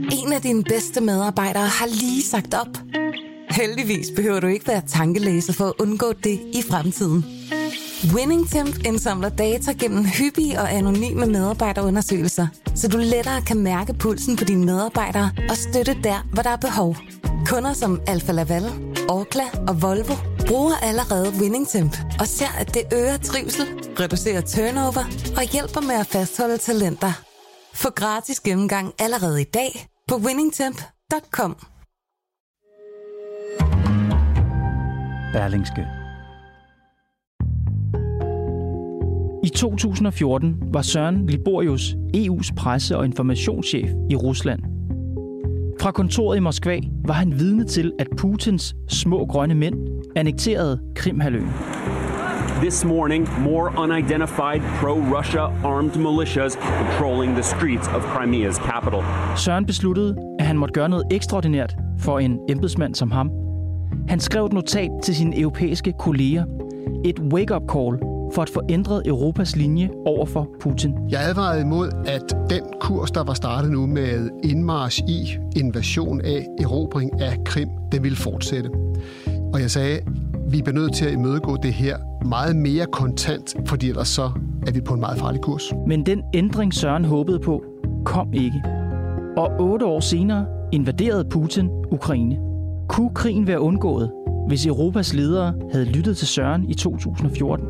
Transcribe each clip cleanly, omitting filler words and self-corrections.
En af dine bedste medarbejdere har lige sagt op. Heldigvis behøver du ikke være tankelæser for at undgå det i fremtiden. WinningTemp indsamler data gennem hyppige og anonyme medarbejderundersøgelser, så du lettere kan mærke pulsen på dine medarbejdere og støtte der, hvor der er behov. Kunder som Alfa Laval, Orkla og Volvo bruger allerede WinningTemp og ser, at det øger trivsel, reducerer turnover og hjælper med at fastholde talenter. Få gratis gennemgang allerede i dag på winningtemp.com. Berlingske. I 2014 var Søren Liborius EU's presse- og informationschef i Rusland. Fra kontoret i Moskva var han vidne til, at Putins små grønne mænd annekterede Krimhalvøen. This morning, more unidentified pro-Russia armed militias patrolling the streets of Crimea's capital. Søren besluttede, at han måtte gøre noget ekstraordinært for en embedsmand som ham. Han skrev et notat til sine europæiske kolleger. Et wake-up call for at få ændret Europas linje over for Putin. Jeg advarede imod, at den kurs, der var startet nu med indmarch i invasion af erobring af Krim, den ville fortsætte. Og jeg sagde, vi er nødt til at imødegå det her meget mere kontant, fordi ellers så er vi på en meget farlig kurs. Men den ændring, Søren håbede på, kom ikke. Og 8 år senere invaderede Putin Ukraine. Kunne krigen være undgået, hvis Europas ledere havde lyttet til Søren i 2014?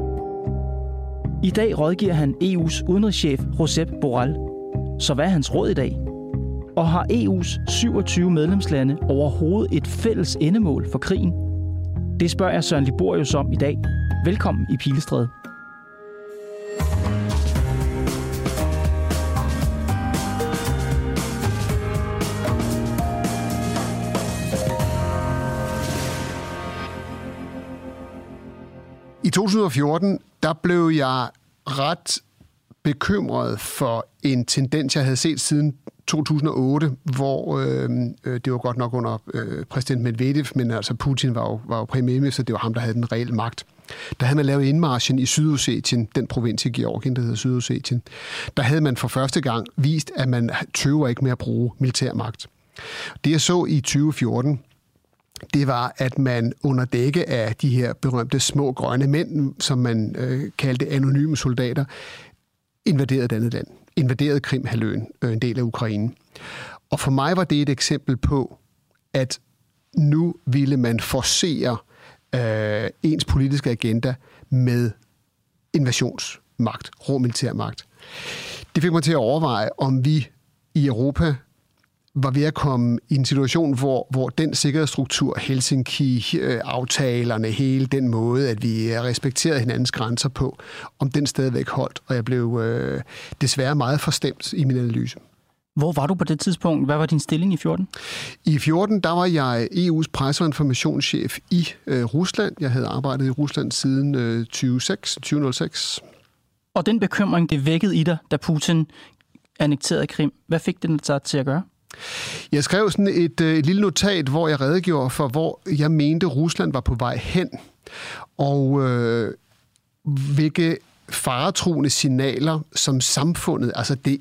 I dag rådgiver han EU's udenrigschef Josep Borrell. Så hvad er hans råd i dag? Og har EU's 27 medlemslande overhovedet et fælles endemål for krigen? Det spørger jeg Søren Liborius om i dag. Velkommen i Pilestræde. I 2014, der blev jeg ret bekymret for en tendens, jeg havde set siden 2008, hvor det var godt nok under præsident Medvedev, men altså Putin var jo premierminister, det var ham, der havde den reelle magt. Der havde man lavet indmarchen i Sydossetien, den provins i Georgien, der hedder Sydossetien. Der havde man for første gang vist, at man tøver ikke med at bruge militærmagt. Det jeg så i 2014, det var, at man under dække af de her berømte små grønne mænd, som man kaldte anonyme soldater, invaderede et andet land. Invaderede Krimhalvøen, en del af Ukraine. Og for mig var det et eksempel på, at nu ville man forcere ens politiske agenda med invasionsmagt, rå militærmagt. Det fik mig til at overveje, om vi i Europa var ved at komme i en situation, hvor den sikkerhedsstruktur, Helsinki-aftalerne, hele den måde, at vi respekterede hinandens grænser på, om den stadigvæk holdt. Og jeg blev desværre meget forstemt i min analyse. Hvor var du på det tidspunkt? Hvad var din stilling i 14? I 14, der var jeg EU's presse- og informationschef i Rusland. Jeg havde arbejdet i Rusland siden 2006. Og den bekymring, det vækkede i dig, da Putin annekterede Krim. Hvad fik det dig til at gøre? Jeg skrev sådan et lille notat, hvor jeg redegjorde for, hvor jeg mente, Rusland var på vej hen, og hvilke faretruende signaler, som samfundet, altså det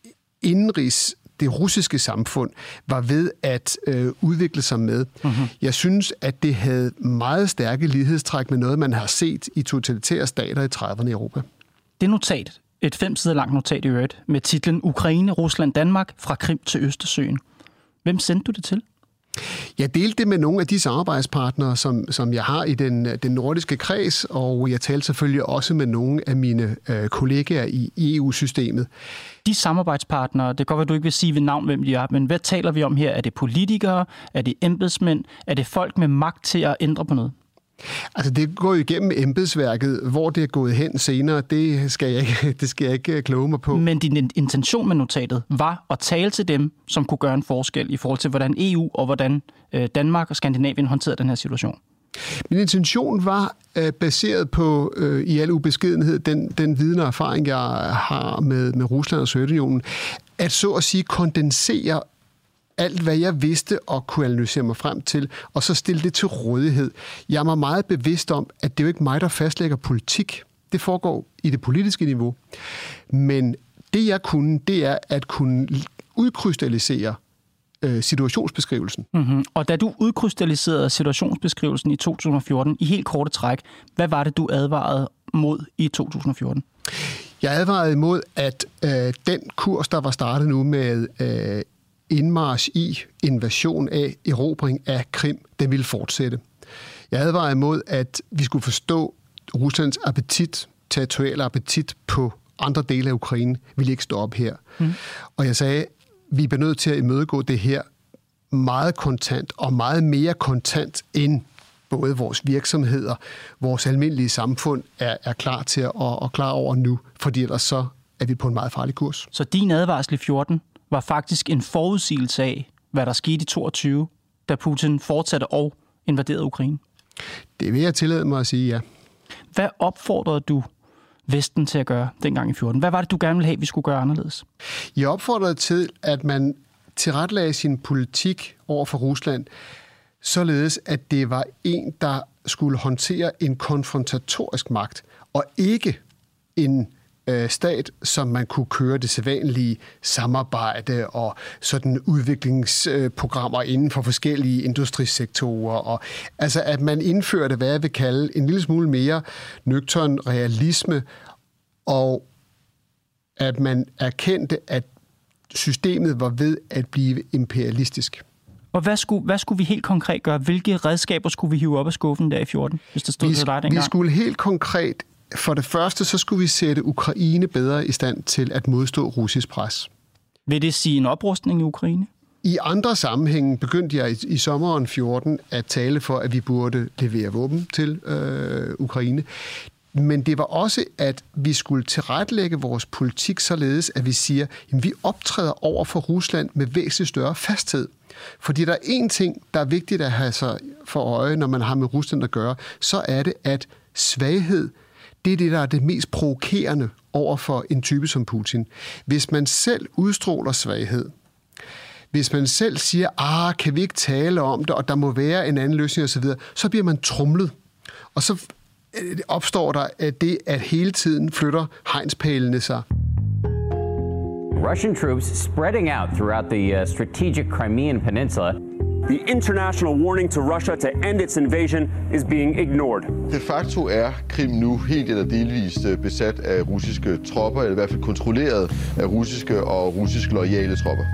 russiske samfund, var ved at udvikle sig med. Mm-hmm. Jeg synes, at det havde meget stærke lighedstræk med noget, man har set i totalitære stater i 30'erne i Europa. Det notat, et 5 sider langt notat i øvrigt, med titlen Ukraine, Rusland, Danmark, fra Krim til Østersøen. Hvem sendte du det til? Jeg delte det med nogle af de samarbejdspartnere, som jeg har i den nordiske kreds, og jeg talte selvfølgelig også med nogle af mine kollegaer i EU-systemet. De samarbejdspartnere, det kan godt være, du ikke vil sige ved navn, hvem de er, men hvad taler vi om her? Er det politikere? Er det embedsmænd? Er det folk med magt til at ændre på noget? Altså det går jo igennem embedsværket. Hvor det er gået hen senere, det skal jeg ikke kloge mig på. Men din intention med notatet var at tale til dem, som kunne gøre en forskel i forhold til, hvordan EU og hvordan Danmark og Skandinavien håndterede den her situation. Min intention var baseret på, i al ubeskedenhed, den viden og erfaring, jeg har med Rusland og Sovjetunionen, at så at sige kondensere alt, hvad jeg vidste og kunne analysere mig frem til, og så stille det til rådighed. Jeg var meget bevidst om, at det er jo ikke mig, der fastlægger politik. Det foregår i det politiske niveau. Men det, jeg kunne, det er at kunne udkrystallisere situationsbeskrivelsen. Mm-hmm. Og da du udkrystalliserede situationsbeskrivelsen i 2014 i helt korte træk, hvad var det, du advarede mod i 2014? Jeg advarede imod, at den kurs, der var startet nu med indmarch i, invasion af, erobring af Krim, den ville fortsætte. Jeg advarede imod, at vi skulle forstå Ruslands territoriale appetit på andre dele af Ukraine, ville ikke stå op her. Og jeg sagde, vi er nødt til at imødegå det her meget kontant, og meget mere kontant end både vores virksomheder, vores almindelige samfund er klar til og klar over nu, fordi ellers så er vi på en meget farlig kurs. Så din advarsel i 14 var faktisk en forudsigelse af, hvad der skete i 22, da Putin fortsatte og invaderede Ukraine? Det vil jeg tillade mig at sige, ja. Hvad opfordrede du Vesten til at gøre dengang i 14? Hvad var det, du gerne ville have, vi skulle gøre anderledes? Jeg opfordrede til, at man tilrettelagde sin politik over for Rusland, således at det var en, der skulle håndtere en konfrontatorisk magt, og ikke en stat, som man kunne køre det sædvanlige samarbejde og sådan udviklingsprogrammer inden for forskellige industrisektorer. Og, altså at man indførte, hvad jeg vil kalde, en lille smule mere nøgtern realisme, og at man erkendte, at systemet var ved at blive imperialistisk. Og hvad skulle vi helt konkret gøre? Hvilke redskaber skulle vi hive op af skuffen der i 14, hvis det stod til dig dengang? Vi skulle helt konkret, for det første, så skulle vi sætte Ukraine bedre i stand til at modstå russisk pres. Vil det sige en oprustning i Ukraine? I andre sammenhænge begyndte jeg i sommeren 14 at tale for, at vi burde levere våben til Ukraine. Men det var også, at vi skulle tilrettelægge vores politik således, at vi siger, at vi optræder over for Rusland med væsentligt større fasthed. Fordi der er én ting, der er vigtigt at have sig for øje, når man har med Rusland at gøre, så er det, at svaghed, det er det, der er det mest provokerende over for en type som Putin. Hvis man selv udstråler svaghed, hvis man selv siger, kan vi ikke tale om det, og der må være en anden løsning osv., så bliver man tromlet. Og så opstår der det, at hele tiden flytter hegnspælene sig. Russian troops spreading out throughout the strategic Crimean Peninsula. The international warning to Russia to end its invasion is being ignored. De facto er Krim nu helt eller delvist besat af russiske tropper, eller i hvert fald kontrolleret af russiske og russisk loyale tropper.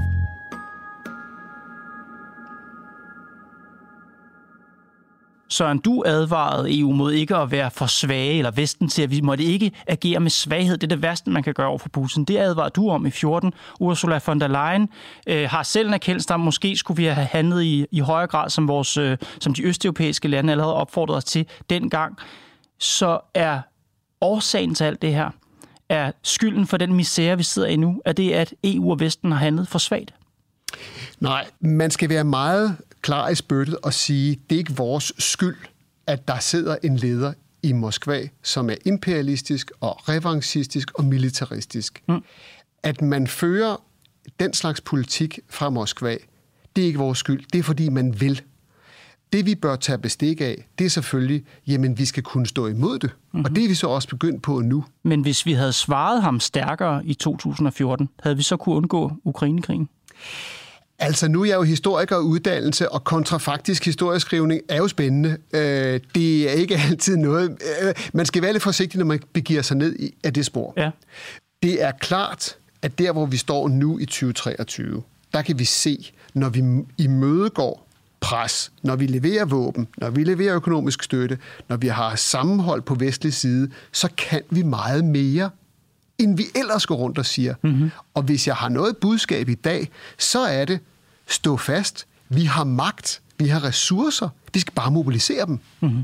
Søren, du advarede EU mod ikke at være for svage, eller Vesten til, at vi måtte ikke agere med svaghed. Det er det værste, man kan gøre over for Putin. Det advarede du om i 14. Ursula von der Leyen har selv en erkendelse, at måske skulle vi have handlet i højere grad, som de østeuropæiske lande allerede opfordrede os til dengang. Så er årsagen til alt det her, er skylden for den misære, vi sidder i nu, er det, at EU og Vesten har handlet for svagt? Nej, man skal være meget klar i spyttet og sige, det er ikke vores skyld, at der sidder en leder i Moskva, som er imperialistisk og revanchistisk og militaristisk. At man fører den slags politik fra Moskva, det er ikke vores skyld. Det er, fordi man vil. Det, vi bør tage bestik af, det er selvfølgelig, jamen, vi skal kunne stå imod det. Og det er vi så også begyndt på nu. Men hvis vi havde svaret ham stærkere i 2014, havde vi så kunne undgå Ukrainekrigen? Altså, nu er jeg jo historiker og uddannelse, og kontrafaktisk historieskrivning er jo spændende. Det er ikke altid noget. Man skal være lidt forsigtig, når man begiver sig ned i af det spor. Ja. Det er klart, at der, hvor vi står nu i 2023, der kan vi se, når vi imødegår pres, når vi leverer våben, når vi leverer økonomisk støtte, når vi har sammenhold på vestlig side, så kan vi meget mere, end vi ellers går rundt og siger. Og hvis jeg har noget budskab i dag, så er det, stå fast, vi har magt, vi har ressourcer, vi skal bare mobilisere dem.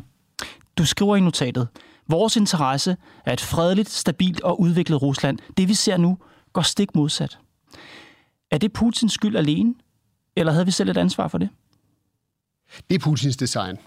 Du skriver i notatet, vores interesse er et fredeligt, stabilt og udviklet Rusland. Det vi ser nu går stik modsat. Er det Putins skyld alene, eller havde vi selv et ansvar for det? Det er Putins design.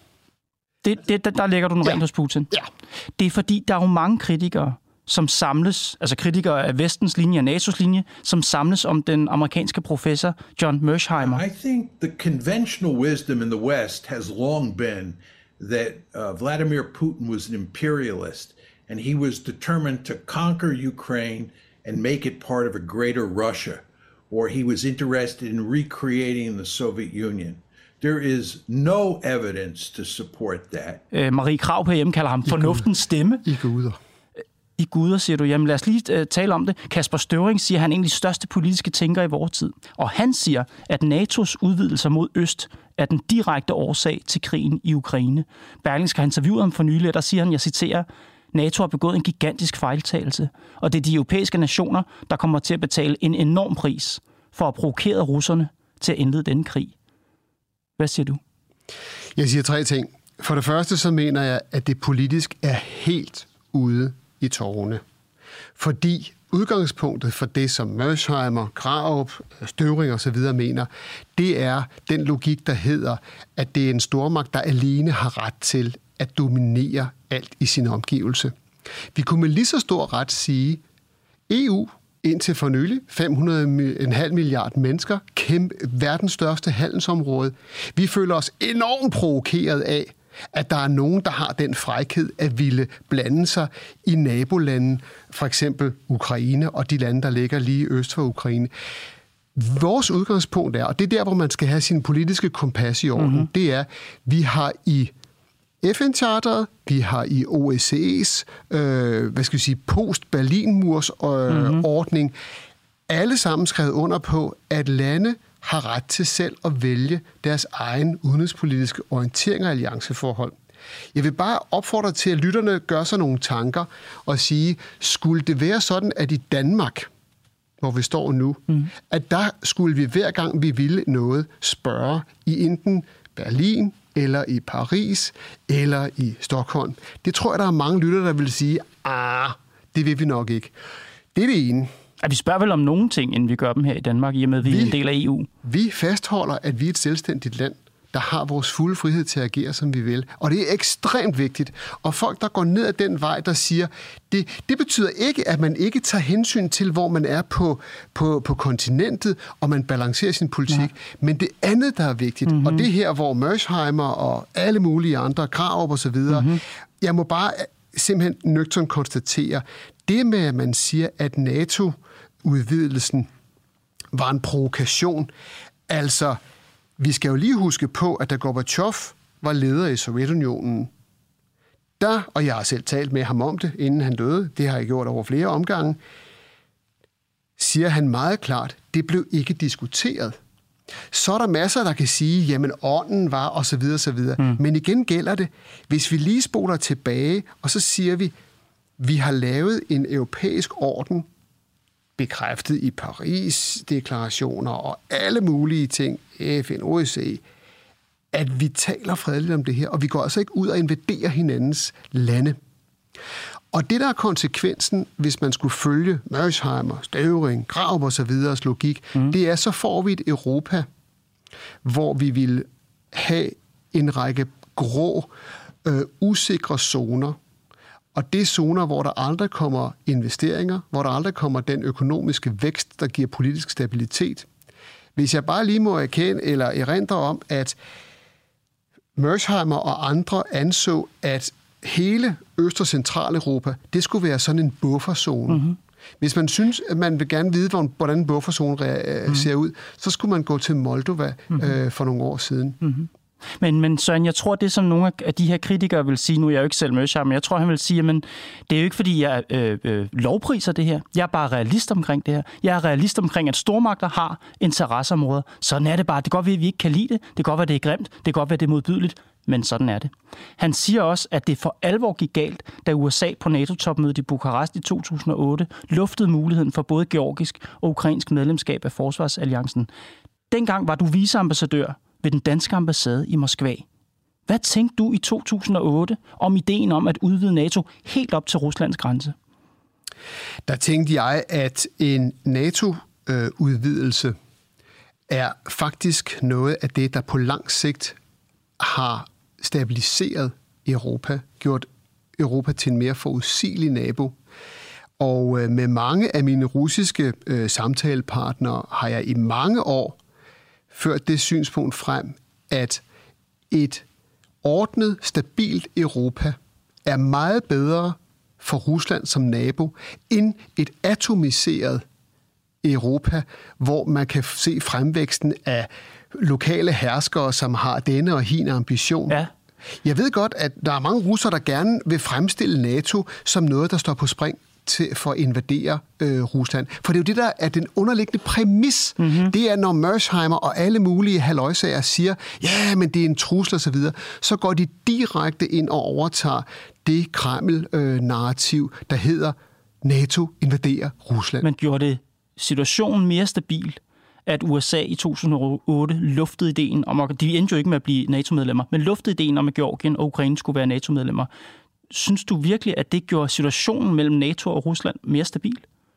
Der lægger du rent hos Putin? Ja. Det er fordi, der er jo mange kritikere, som samles, altså kritikere af Vestens linje og NATO's linje, som samles om den amerikanske professor John Mersheimer. I think the conventional wisdom in the West has long been that Vladimir Putin was an imperialist, and he was determined to conquer Ukraine and make it part of a greater Russia, or he was interested in recreating the Soviet Union. There is no evidence to support that. Marie Krav herhjemme kalder ham fornuftens stemme. I guder. I guder, siger du. Jamen lad os lige tale om det. Kasper Støvring siger, at han er en af de største politiske tænkere i vores tid. Og han siger, at NATO's udvidelser mod øst er den direkte årsag til krigen i Ukraine. Berlingske har interviewet ham for nylig, der siger han, jeg citerer, NATO har begået en gigantisk fejltagelse, og det er de europæiske nationer, der kommer til at betale en enorm pris for at provokere russerne til at indlede denne krig. Hvad siger du? Jeg siger 3 ting. For det første så mener jeg, at det politisk er helt ude i tårerne. Fordi udgangspunktet for det, som Mersheimer, Krarup, Støvring og så videre mener, det er den logik, der hedder, at det er en stormagt, der alene har ret til at dominere alt i sin omgivelse. Vi kunne med lige så stor ret sige, EU indtil for nylig, 500,5 milliard mennesker, verdens største handelsområde. Vi føler os enormt provokeret af, at der er nogen, der har den frækhed at ville blande sig i nabolanden, for eksempel Ukraine og de lande, der ligger lige øst for Ukraine. Vores udgangspunkt er, og det er der, hvor man skal have sin politiske kompas i orden, det er, vi har i FN-charteret, vi har i OSCE's post-Berlin-murs ordning, alle sammen skrevet under på, at lande har ret til selv at vælge deres egen udenrigspolitiske orientering og allianceforhold. Jeg vil bare opfordre til, at lytterne gør sig nogle tanker og sige, skulle det være sådan, at i Danmark, hvor vi står nu, at der skulle vi hver gang vi ville noget spørge i enten Berlin, eller i Paris, eller i Stockholm. Det tror jeg, der er mange lyttere, der vil sige, det vil vi nok ikke. Det er det ene. At vi spørger vel om nogle ting, inden vi gør dem her i Danmark, i og med, at vi er en del af EU. Vi fastholder, at vi er et selvstændigt land, der har vores fulde frihed til at agere, som vi vil. Og det er ekstremt vigtigt. Og folk, der går ned ad den vej, der siger, det betyder ikke, at man ikke tager hensyn til, hvor man er på kontinentet, og man balancerer sin politik. Ja. Men det andet, der er vigtigt, og det her, hvor Mersheimer og alle mulige andre, Krarup og så videre, jeg må bare simpelthen nøgternt konstatere, det med, at man siger, at NATO-udvidelsen var en provokation, altså vi skal jo lige huske på, at da Gorbachev var leder i Sovjetunionen, og jeg har selv talt med ham om det, inden han døde, det har jeg gjort over flere omgange, siger han meget klart, det blev ikke diskuteret. Så er der masser, der kan sige, jamen ånden var, og så videre, så videre. Men igen gælder det, hvis vi lige spoler tilbage, og så siger vi har lavet en europæisk orden, bekræftet i Paris-deklarationer og alle mulige ting, FN, OSCE, at vi taler fredeligt om det her, og vi går altså ikke ud og invaderer hinandens lande. Og det der er konsekvensen, hvis man skulle følge Mersheimer, Støvring, Krarup og så videre logik, det er, så får vi et Europa, hvor vi vil have en række grå, usikre zoner. Og det er zoner, hvor der aldrig kommer investeringer, hvor der aldrig kommer den økonomiske vækst, der giver politisk stabilitet. Hvis jeg bare lige må erkende eller erindre om, at Mersheimer og andre anså, at hele Øst- og Centraleuropa, det skulle være sådan en bufferzone. Hvis man synes, at man vil gerne vide, hvordan en bufferzone ser ud, så skulle man gå til Moldova for nogle år siden. Men Søren, jeg tror, det som nogle af de her kritikere vil sige, nu er jeg jo ikke selv Mersheimer, men jeg tror, han vil sige, at det er jo ikke, fordi jeg lovpriser det her. Jeg er bare realist omkring det her. Jeg er realist omkring, at stormagter har interesseområder. Sådan er det bare. Det kan godt være, at vi ikke kan lide det. Det kan godt være, det er grimt. Det kan godt være, det er modbydeligt. Men sådan er det. Han siger også, at det for alvor gik galt, da USA på NATO-topmødet i Bukarest i 2008 luftede muligheden for både georgisk og ukrainsk medlemskab af Forsvarsalliancen. Dengang var du viceambassadør ved den danske ambassade i Moskva. Hvad tænkte du i 2008 om ideen om at udvide NATO helt op til Ruslands grænse? Der tænkte jeg, at en NATO-udvidelse er faktisk noget af det, der på lang sigt har stabiliseret Europa, gjort Europa til en mere forudsigelig nabo. Og med mange af mine russiske samtalepartnere har jeg i mange år ført det synspunkt frem, at et ordnet, stabilt Europa er meget bedre for Rusland som nabo, end et atomiseret Europa, hvor man kan se fremvæksten af lokale herskere, som har denne og hin ambition. Ja. Jeg ved godt, at der er mange russere, der gerne vil fremstille NATO som noget, der står på spring for at invadere Rusland. For det er jo det, der er den underliggende præmis. Mm-hmm. Det er, når Mersheimer og alle mulige halløjsager siger, ja, men det er en trussel og så videre, så går de direkte ind og overtager det Kreml-narrativ, der hedder, NATO invaderer Rusland. Man gjorde det situationen mere stabil, at USA i 2008 luftede ideen om, at de endte jo ikke med at blive NATO-medlemmer, men luftede ideen om, at Georgien og Ukraine skulle være NATO-medlemmer. Synes du virkelig, at det gjorde situationen mellem NATO og Rusland mere stabil?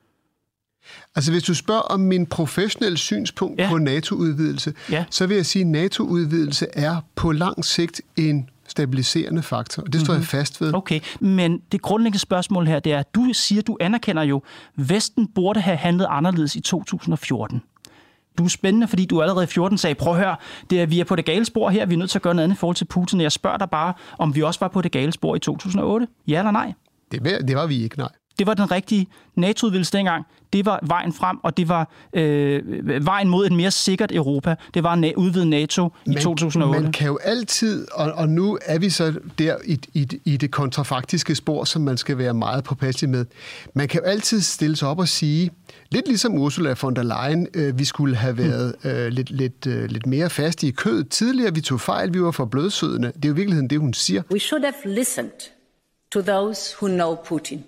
Altså, hvis du spørger om min professionelle synspunkt på NATO-udvidelse, så vil jeg sige, at NATO-udvidelse er på lang sigt en stabiliserende faktor, og det står jeg fast ved. Okay, men det grundlæggende spørgsmål her, det er, at du siger, du anerkender jo, at Vesten burde have handlet anderledes i 2014. Du er spændende, fordi du allerede i 14 sagde, prøv at høre, vi er på det gale spor her, vi er nødt til at gøre noget andet i forhold til Putin. Jeg spørger dig bare, om vi også var på det gale spor i 2008. Ja eller nej? Det var vi ikke, nej. Det var den rigtige NATO-udvidelse dengang. Det var vejen frem, og det var vejen mod et mere sikkert Europa. Det var udvidet NATO i 2008. Man kan jo altid, og nu er vi så der i det kontrafaktiske spor, som man skal være meget påpasselig med. Man kan jo altid stille sig op og sige, lidt ligesom Ursula von der Leyen, vi skulle have været lidt mere faste i kødet tidligere. Vi tog fejl, vi var for blødsødende. Det er jo i virkeligheden det, hun siger. We should have listened to those who know Putin.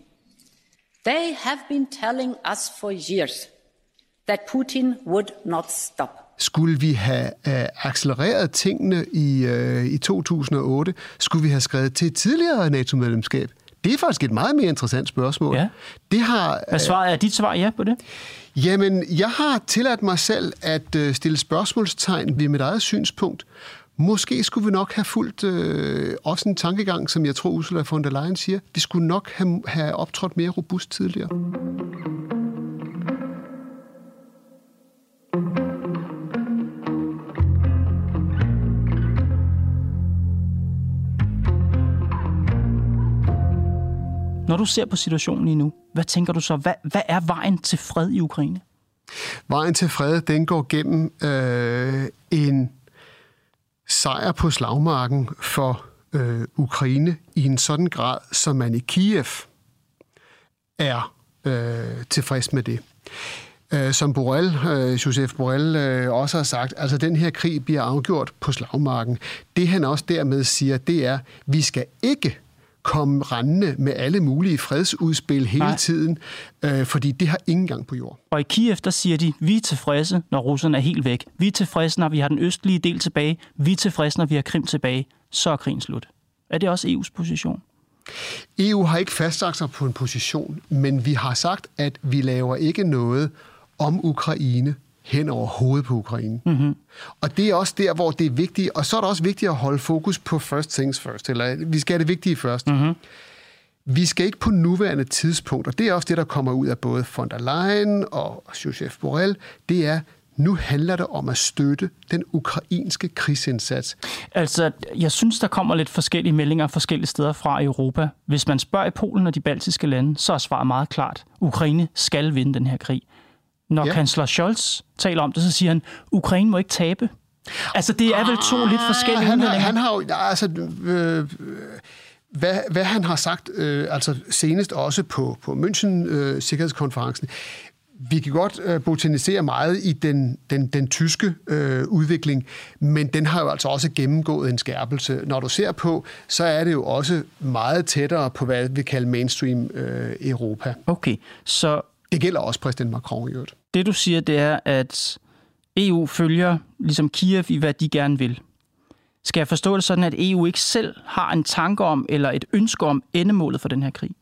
They have been telling us for years that Putin would not stop. Skulle vi have accelereret tingene i 2008? Skulle vi have skrevet til et tidligere NATO-medlemskab? Det er faktisk et meget mere interessant spørgsmål. Ja. Hvad svaret er dit svar ja på det? Jamen, jeg har tilladt mig selv at stille spørgsmålstegn ved mit eget synspunkt. Måske skulle vi nok have fulgt også en tankegang, som jeg tror Ursula von der Leyen siger. Vi skulle nok have optrådt mere robust tidligere. Når du ser på situationen lige nu, hvad tænker du så? Hvad er vejen til fred i Ukraine? Vejen til fred, den går gennem en sejr på slagmarken for Ukraine i en sådan grad, som man i Kiev er tilfreds med det. Som Josep Borrell også har sagt, altså den her krig bliver afgjort på slagmarken. Det han også dermed siger, det er, vi skal ikke komme rendende med alle mulige fredsudspil hele tiden, fordi det har ingen gang på jord. Og i Kiev, der siger de, vi er tilfredse, når russerne er helt væk. Vi er tilfredse, når vi har den østlige del tilbage. Vi er tilfredse, når vi har Krim tilbage. Så er krigen slut. Er det også EU's position? EU har ikke fastlagt sig på en position, men vi har sagt, at vi laver ikke noget om Ukraine hen over hovedet på Ukraine. Mm-hmm. Og det er også der, hvor det er vigtigt, og så er det også vigtigt at holde fokus på first things first, eller vi skal have det vigtige først. Mm-hmm. Vi skal ikke på nuværende tidspunkt, og det er også det, der kommer ud af både von der Leyen og Josep Borrell, det er, nu handler det om at støtte den ukrainske krigsindsats. Altså, jeg synes, der kommer lidt forskellige meldinger forskellige steder fra i Europa. Hvis man spørger i Polen og de baltiske lande, så er svaret meget klart. Ukraine skal vinde den her krig. Når kansler Scholz taler om det, så siger han, Ukraine må ikke tabe. Altså, det er vel to lidt forskellige udmeldinger. Han har jo, altså, hvad han har sagt, altså senest også på München Sikkerhedskonferencen, vi kan godt botanisere meget i den tyske udvikling, men den har jo altså også gennemgået en skærpelse. Når du ser på, så er det jo også meget tættere på, hvad vi kalder mainstream Europa. Okay, så det gælder også præsident Macron i øvrigt. Det du siger, det er, at EU følger ligesom Kiev i, hvad de gerne vil. Skal jeg forstå det sådan, at EU ikke selv har en tanke om, eller et ønske om endemålet for den her krig?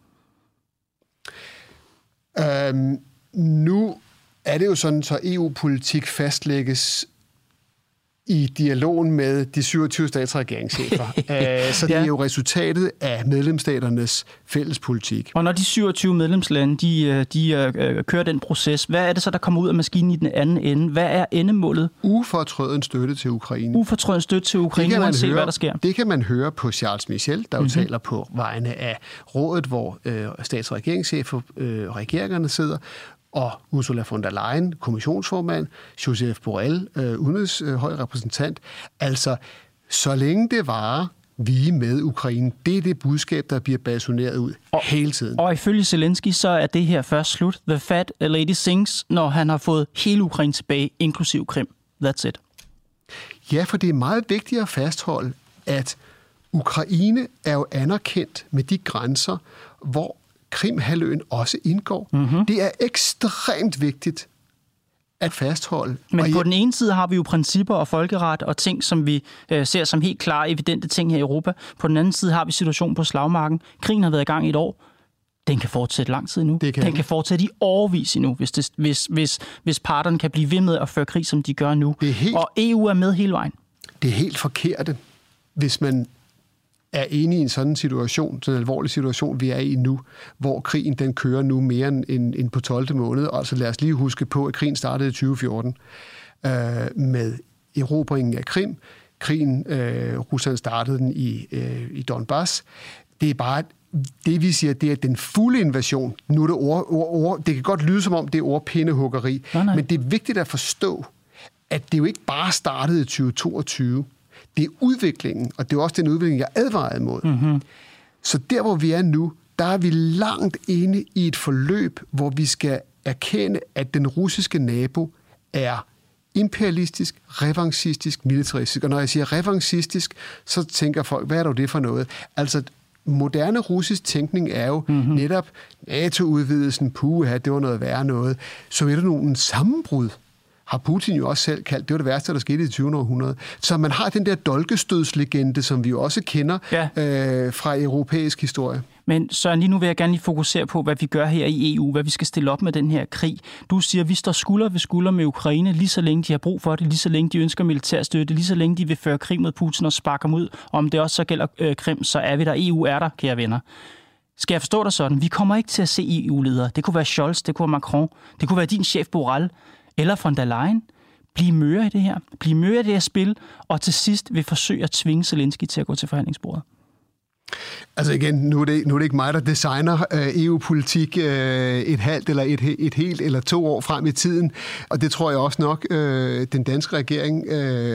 Nu er det jo sådan, så EU-politik fastlægges i dialogen med de 27 statsregeringschefer. Så det er jo resultatet af medlemsstaternes fælles politik. Og når de 27 medlemslande, de kører den proces, hvad er det så, der kommer ud af maskinen i den anden ende? Hvad er endemålet? Ufortrøden støtte til Ukraine. Ufortrøden støtte til Ukraine, uanset hvad der sker. Det kan man høre på Charles Michel, der jo taler på vegne af rådet, hvor stats- og regeringschefer, regeringerne sidder. og Ursula von der Leyen, kommissionsformand, Josep Borrell, udenrigshøj repræsentant. Altså, så længe det varer, vi er med Ukraine, det er det budskab, der bliver basuneret ud hele tiden. Og ifølge Zelensky, så er det her først slut. The fat lady sings, når han har fået hele Ukraine tilbage, inklusiv Krim. That's it. Ja, for det er meget vigtigt at fastholde, at Ukraine er jo anerkendt med de grænser, hvor Krimhalvøen også indgår. Mm-hmm. Det er ekstremt vigtigt at fastholde. Men på den ene side har vi jo principper og folkeret og ting, som vi ser som helt klare, evidente ting her i Europa. På den anden side har vi situationen på slagmarken. Krigen har været i gang i et år. Den kan fortsætte lang tid endnu. Den kan fortsætte i årevis endnu, hvis parterne kan blive ved med at føre krig, som de gør nu. Og EU er med hele vejen. Det er helt forkert, hvis man er enig i en sådan situation, sådan en alvorlig situation, vi er i nu, hvor krigen den kører nu mere end på 12. måned. Altså lad os lige huske på, at krigen startede i 2014 med erobringen af Krim. Krigen, Rusland startede den i Donbass. Det er bare det, vi siger, det er den fulde invasion. Nu er det det kan godt lyde som om, det er ordpindehuggeri, men det er vigtigt at forstå, at det jo ikke bare startede i 2022. Det er udviklingen, og det er også den udvikling, jeg advarede imod. Mm-hmm. Så der, hvor vi er nu, der er vi langt inde i et forløb, hvor vi skal erkende, at den russiske nabo er imperialistisk, revanchistisk, militaristisk. Og når jeg siger revanchistisk, så tænker folk, hvad er dog det for noget? Altså, moderne russisk tænkning er jo netop NATO-udvidelsen, det var noget værre noget. Sovjetunionens sammenbrud har Putin jo også selv kaldt. Det var det værste, der skete i 20. århundrede. Så man har den der dolkestødslegende, som vi jo også kender fra europæisk historie. Men Søren, lige nu vil jeg gerne lige fokusere på, hvad vi gør her i EU, hvad vi skal stille op med den her krig. Du siger, at vi står skulder ved skulder med Ukraine, lige så længe de har brug for det, lige så længe de ønsker militær støtte, lige så længe de vil føre krig mod Putin og sparke ham ud. Og om det også så gælder Krim, så er vi der. EU er der, kære venner. Skal jeg forstå dig sådan? Vi kommer ikke til at se EU-ledere. Det kunne være Scholz, det kunne være Macron, det kunne være din chef Borrell eller von der Leyen. Blive møre i det her. Blive møre i det her spil, og til sidst vil forsøge at tvinge Zelensky til at gå til forhandlingsbordet. Altså igen, nu er det ikke mig, der designer EU-politik et halvt eller et helt eller 2 år frem i tiden, og det tror jeg også nok den danske regering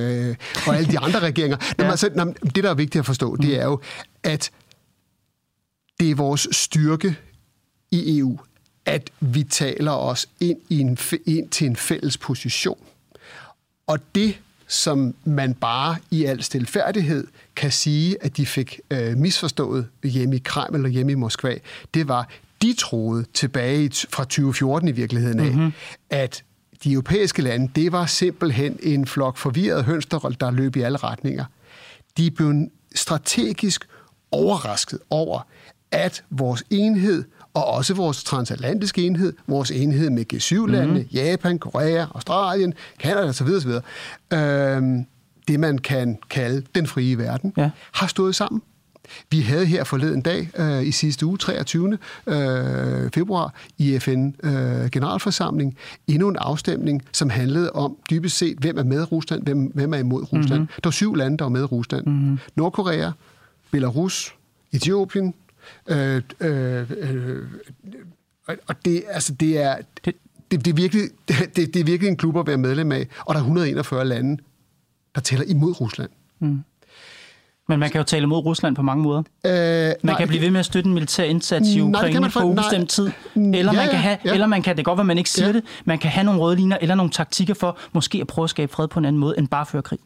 og alle de andre regeringer. Det, der er vigtigt at forstå, det er jo, at det er vores styrke i EU, at vi taler os ind til en fælles position. Og det, som man bare i al stilfærdighed kan sige, at de fik misforstået hjemme i Kreml eller hjemme i Moskva, det var, de troede tilbage fra 2014 i virkeligheden af, at de europæiske lande, det var simpelthen en flok forvirrede høns, der løb i alle retninger. De blev strategisk overrasket over, at vores enhed, og også vores transatlantiske enhed, vores enhed med G7-landene, Japan, Korea, Australien, Canada osv., det man kan kalde den frie verden, har stået sammen. Vi havde her forleden dag, i sidste uge, 23. februar, i FN-generalforsamling, endnu en afstemning, som handlede om dybest set, hvem er med Rusland, hvem er imod Rusland. Der var 7 lande, der var med Rusland. Nordkorea, Belarus, Etiopien, og det er virkelig en klub at være medlem af, og der er 141 lande, der tæller imod Rusland. Men man kan jo tale imod Rusland på mange måder. Man kan blive ved med at støtte en militær indsats i Ukraine på ubestemt tid. Eller man kan, det godt være, man ikke siger det, man kan have nogle røde linjer eller nogle taktikker for måske at prøve at skabe fred på en anden måde, end bare at føre krig.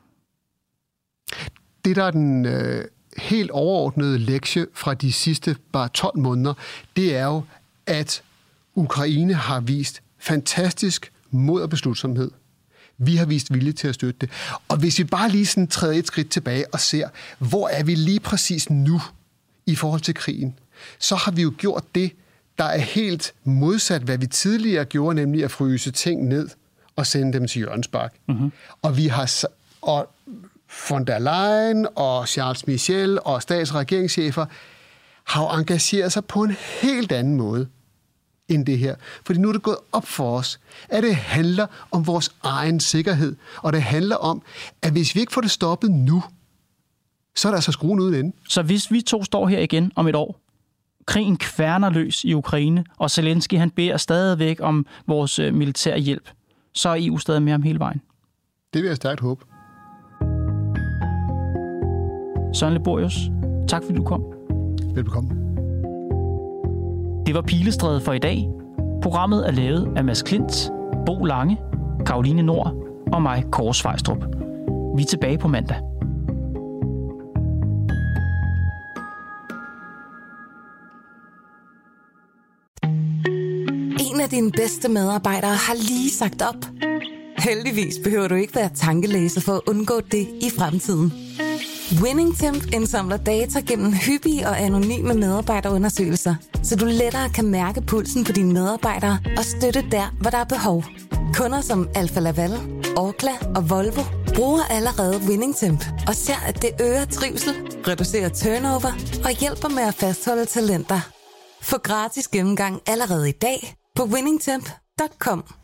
Det, der er den helt overordnede lektie fra de sidste bare 12 måneder, det er jo, at Ukraine har vist fantastisk mod og beslutsomhed. Vi har vist vilje til at støtte det. Og hvis vi bare lige sådan træder et skridt tilbage og ser, hvor er vi lige præcis nu i forhold til krigen, så har vi jo gjort det, der er helt modsat, hvad vi tidligere gjorde, nemlig at fryse ting ned og sende dem til hjørnespark. Og vi har... Og von der Leyen og Charles Michel og stats- og regeringschefer har jo engageret sig på en helt anden måde end det her. Fordi nu er det gået op for os, at det handler om vores egen sikkerhed. Og det handler om, at hvis vi ikke får det stoppet nu, så er der altså skruen uden ende. Så hvis vi to står her igen om et år, Krigen kværner løs i Ukraine, og Zelensky han beder stadigvæk om vores militære hjælp. Så er EU stadig med ham hele vejen. Det vil jeg stærkt håbe. Søren Liborius, tak fordi du kom. Velbekomme. Det var Pilestræde for i dag. Programmet er lavet af Mads Klint, Bo Lange, Caroline Nord og mig, Kåre Svejstrup. Vi er tilbage på mandag. En af dine bedste medarbejdere har lige sagt op. Heldigvis behøver du ikke være tankelæser for at undgå det i fremtiden. WinningTemp indsamler data gennem hyppige og anonyme medarbejderundersøgelser, så du lettere kan mærke pulsen på dine medarbejdere og støtte der, hvor der er behov. Kunder som Alfa Laval, Orkla og Volvo bruger allerede WinningTemp og ser, at det øger trivsel, reducerer turnover og hjælper med at fastholde talenter. Få gratis gennemgang allerede i dag på winningtemp.com.